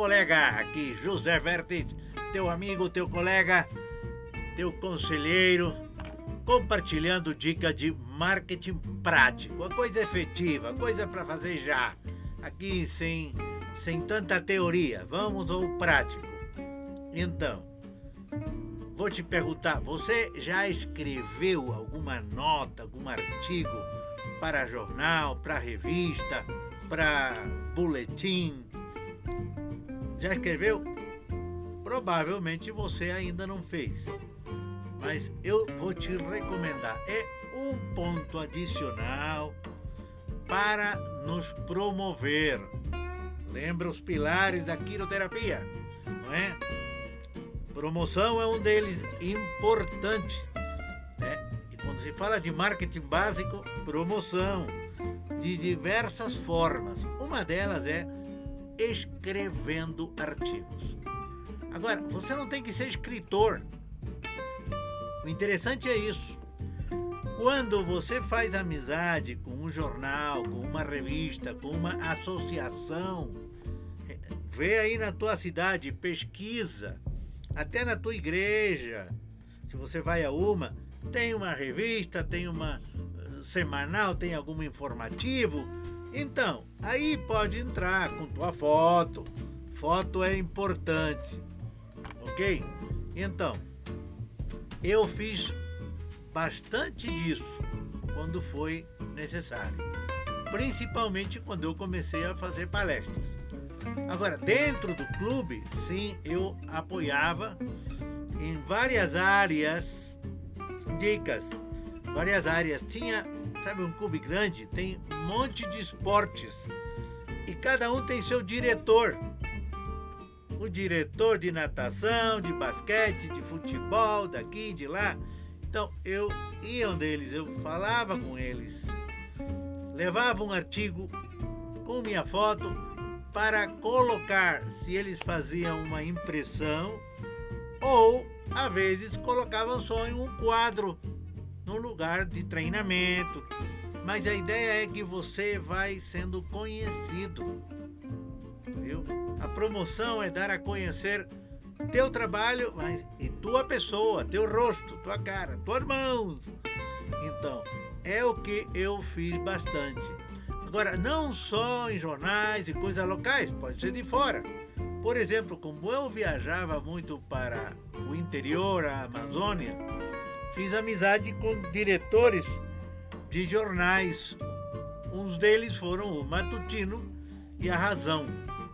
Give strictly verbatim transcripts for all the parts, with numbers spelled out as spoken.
colega aqui, José Vertes, teu amigo, teu colega, teu conselheiro, compartilhando dicas de marketing prático, a coisa efetiva, coisa para fazer já, aqui sem, sem tanta teoria, vamos ao prático. Então, vou te perguntar, você já escreveu alguma nota, algum artigo para jornal, para revista, para boletim? Já escreveu? Provavelmente você ainda não fez, mas eu vou te recomendar, é um ponto adicional para nos promover. Lembra os pilares da quiroterapia, não é? Promoção é um deles, importante, né? E quando se fala de marketing básico, promoção de diversas formas. Uma delas é escrevendo artigos. Agora, você não tem que ser escritor. O interessante é isso. Quando você faz amizade com um jornal, com uma revista, com uma associação, vê aí na tua cidade, pesquisa, até na tua igreja, se você vai a uma, tem uma revista, tem uma semanal, tem algum informativo, então, aí pode entrar com tua foto, foto é importante, ok? Então, eu fiz bastante disso quando foi necessário, principalmente quando eu comecei a fazer palestras. Agora, dentro do clube, sim, eu apoiava em várias áreas, dicas, várias áreas. Tinha, sabe, um clube grande, tem um monte de esportes e cada um tem seu diretor. O diretor de natação, de basquete, de futebol, daqui, de lá. Então, eu ia um deles, eu falava com eles, levava um artigo com minha foto para colocar, se eles faziam uma impressão, ou, às vezes, colocavam só em um quadro, num lugar de treinamento. Mas a ideia é que você vai sendo conhecido, viu? A promoção é dar a conhecer teu trabalho, mas e tua pessoa, teu rosto, tua cara, tuas mãos. Então, é o que eu fiz bastante. Agora, não só em jornais e coisas locais, pode ser de fora. Por exemplo, como eu viajava muito para o interior, a Amazônia, fiz amizade com diretores de jornais. Uns deles foram o Matutino e a Razão.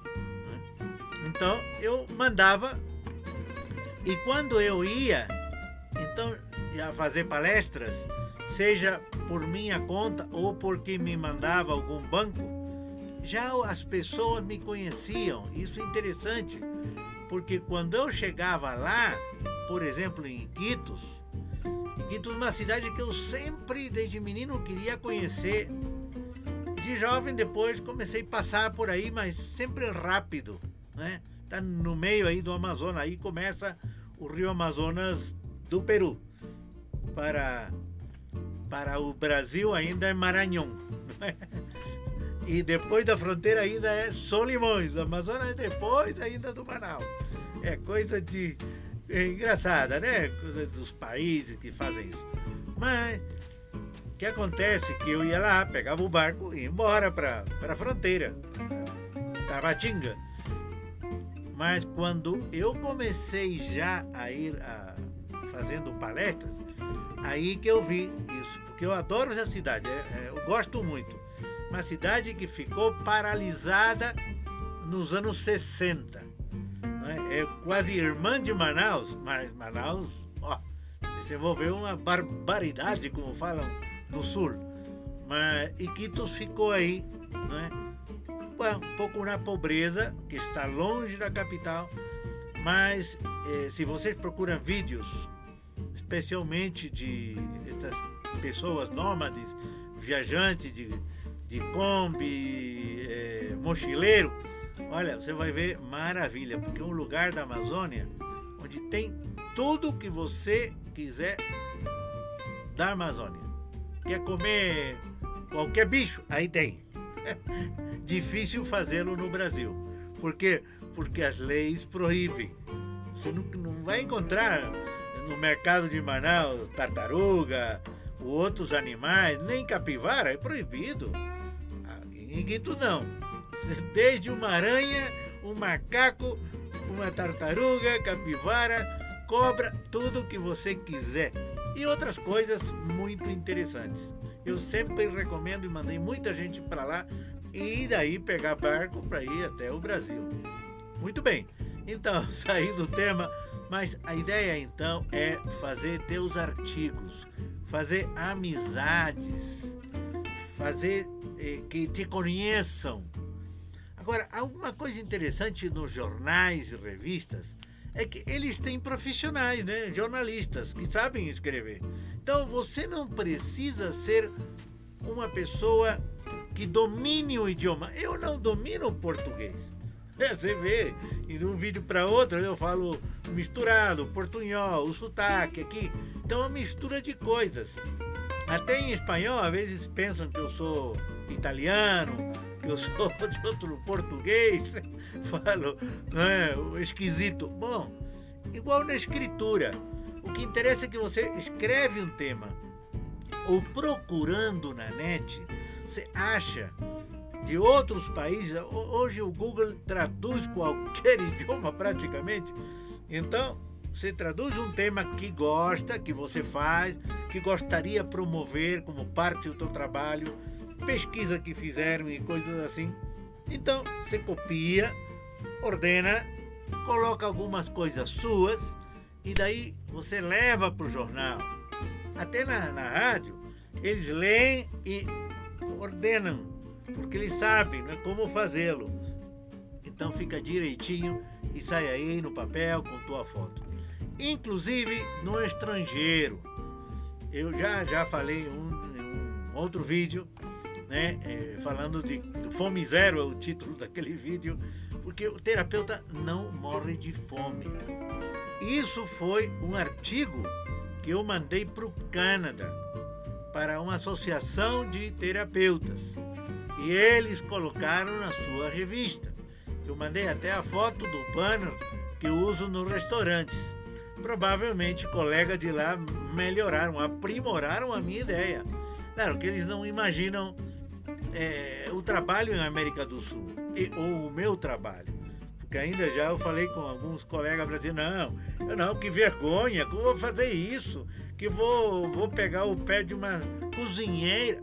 Então, eu mandava, e quando eu ia, então, ia fazer palestras, seja por minha conta ou porque me mandava algum banco, já as pessoas me conheciam. Isso é interessante, porque quando eu chegava lá, por exemplo, em Iquitos, Iquitos é uma cidade que eu sempre, desde menino, queria conhecer. De jovem, depois comecei a passar por aí, mas sempre rápido, né? Tá no meio aí do Amazonas, aí começa o rio Amazonas do Peru. Para, para o Brasil ainda é Maranhão. E depois da fronteira ainda é Solimões. O Amazonas é depois ainda do Manaus. É coisa de... É engraçada, né? Coisa dos países que fazem isso. Mas o que acontece é que eu ia lá, pegava o barco e ia embora para a fronteira, Tabatinga. Mas quando eu comecei já a ir a, fazendo palestras, aí que eu vi isso, porque eu adoro essa cidade, é, é, eu gosto muito. Uma cidade que ficou paralisada nos anos sessenta. Né? É quase irmã de Manaus, mas Manaus, ó, desenvolveu uma barbaridade, como falam no sul. Mas Iquitos ficou aí, né? Um pouco na pobreza, que está longe da capital, mas eh, se vocês procuram vídeos, especialmente de essas pessoas nômades, viajantes de, de Kombi, eh, mochileiro, olha, você vai ver maravilha, porque é um lugar da Amazônia onde tem tudo que você quiser da Amazônia. Quer comer qualquer bicho? Aí tem. Difícil fazê-lo no Brasil, porque porque as leis proíbem. Você não, não vai encontrar no mercado de Manaus tartaruga, outros animais, nem capivara, é proibido. Em Iguito não. Desde uma aranha, um macaco, uma tartaruga, capivara, cobra, tudo que você quiser. E outras coisas muito interessantes. Eu sempre recomendo e mandei muita gente para lá e daí pegar barco para ir até o Brasil. Muito bem, então saí do tema, mas a ideia então é fazer teus artigos, fazer amizades, fazer eh, que te conheçam. Agora, alguma coisa interessante nos jornais e revistas é que eles têm profissionais, né? Jornalistas que sabem escrever. Então você não precisa ser uma pessoa que domine o idioma. Eu não domino o português. É, você vê, e de um vídeo para outro eu falo misturado, portunhol, o sotaque aqui. Então é uma mistura de coisas. Até em espanhol, às vezes pensam que eu sou italiano, que eu sou de outro português, falo, é, esquisito. Bom, igual na escritura, o que interessa é que você escreve um tema, ou procurando na net, você acha de outros países. Hoje o Google traduz qualquer idioma praticamente, então você traduz um tema que gosta, que você faz, que gostaria de promover como parte do seu trabalho, pesquisa que fizeram e coisas assim. Então você copia, ordena, coloca algumas coisas suas e daí você leva para o jornal. Até na, na rádio eles leem e ordenam, porque eles sabem, né, como fazê-lo. Então fica direitinho e sai aí no papel com tua foto. Inclusive no estrangeiro. Eu já, já falei em um, um outro vídeo, né, é, falando de, de Fome Zero, é o título daquele vídeo, porque o terapeuta não morre de fome. Isso foi um artigo que eu mandei para o Canadá, para uma associação de terapeutas, e eles colocaram na sua revista. Eu mandei até a foto do banner que eu uso nos restaurantes. Provavelmente colegas de lá melhoraram, aprimoraram a minha ideia. Claro que eles não imaginam é, o trabalho em América do Sul, e, ou o meu trabalho. Porque ainda já eu falei com alguns colegas brasileiros, não, não, que vergonha, como eu vou fazer isso? Que vou, vou pegar o pé de uma cozinheira.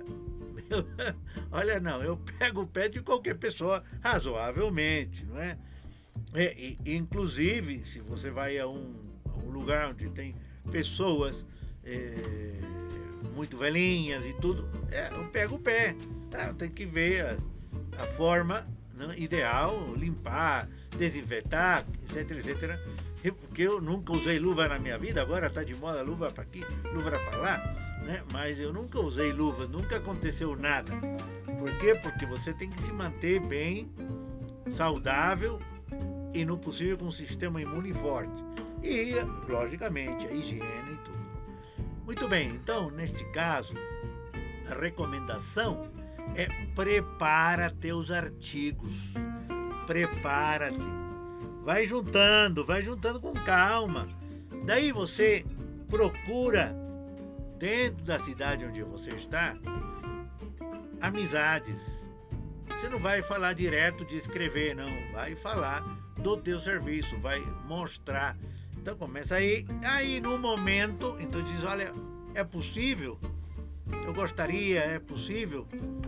Olha, não, eu pego o pé de qualquer pessoa razoavelmente, não é? E, e, inclusive, se você vai a um, a um lugar onde tem pessoas é, muito velhinhas e tudo, é, eu pego o pé. Tá? Tem que ver a, a forma, né, ideal, limpar, desinfetar, etc, etcétera. Porque eu nunca usei luva na minha vida, agora está de moda luva para aqui, luva para lá, né? Mas eu nunca usei luva, nunca aconteceu nada. Por quê? Porque você tem que se manter bem, saudável e, no possível, com um sistema imune forte. E, logicamente, a higiene e tudo. Muito bem, então, neste caso, a recomendação é prepara teus artigos. Prepara-te. Vai juntando, vai juntando com calma. Daí você procura, dentro da cidade onde você está, amizades. Você não vai falar direto de escrever, não. Vai falar do teu serviço, vai mostrar. Então começa aí, aí no momento, então diz, olha, é possível? Eu gostaria, é possível?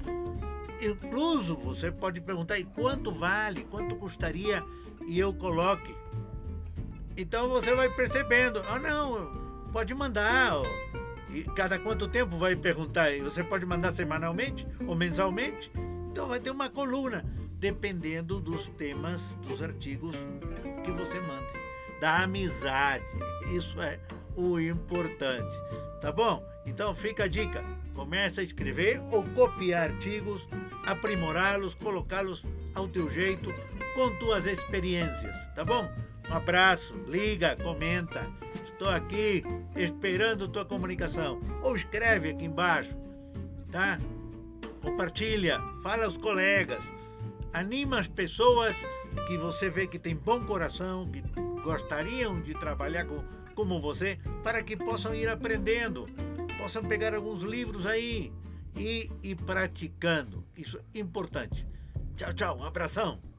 Incluso você pode perguntar, e quanto vale? Quanto custaria? E eu coloque. Então você vai percebendo, ah não, pode mandar. E cada quanto tempo vai perguntar? E você pode mandar semanalmente ou mensalmente? Então vai ter uma coluna, dependendo dos temas, dos artigos que você manda. Da amizade, isso é o importante, tá bom? Então fica a dica, começa a escrever ou copiar artigos, aprimorá-los, colocá-los ao teu jeito, com tuas experiências, tá bom? Um abraço, liga, comenta, estou aqui esperando tua comunicação, ou escreve aqui embaixo, tá? Compartilha, fala aos colegas, anima as pessoas que você vê que tem bom coração, que gostariam de trabalhar com, como você, para que possam ir aprendendo, possam pegar alguns livros aí e ir praticando. Isso é importante. Tchau, tchau, um abração.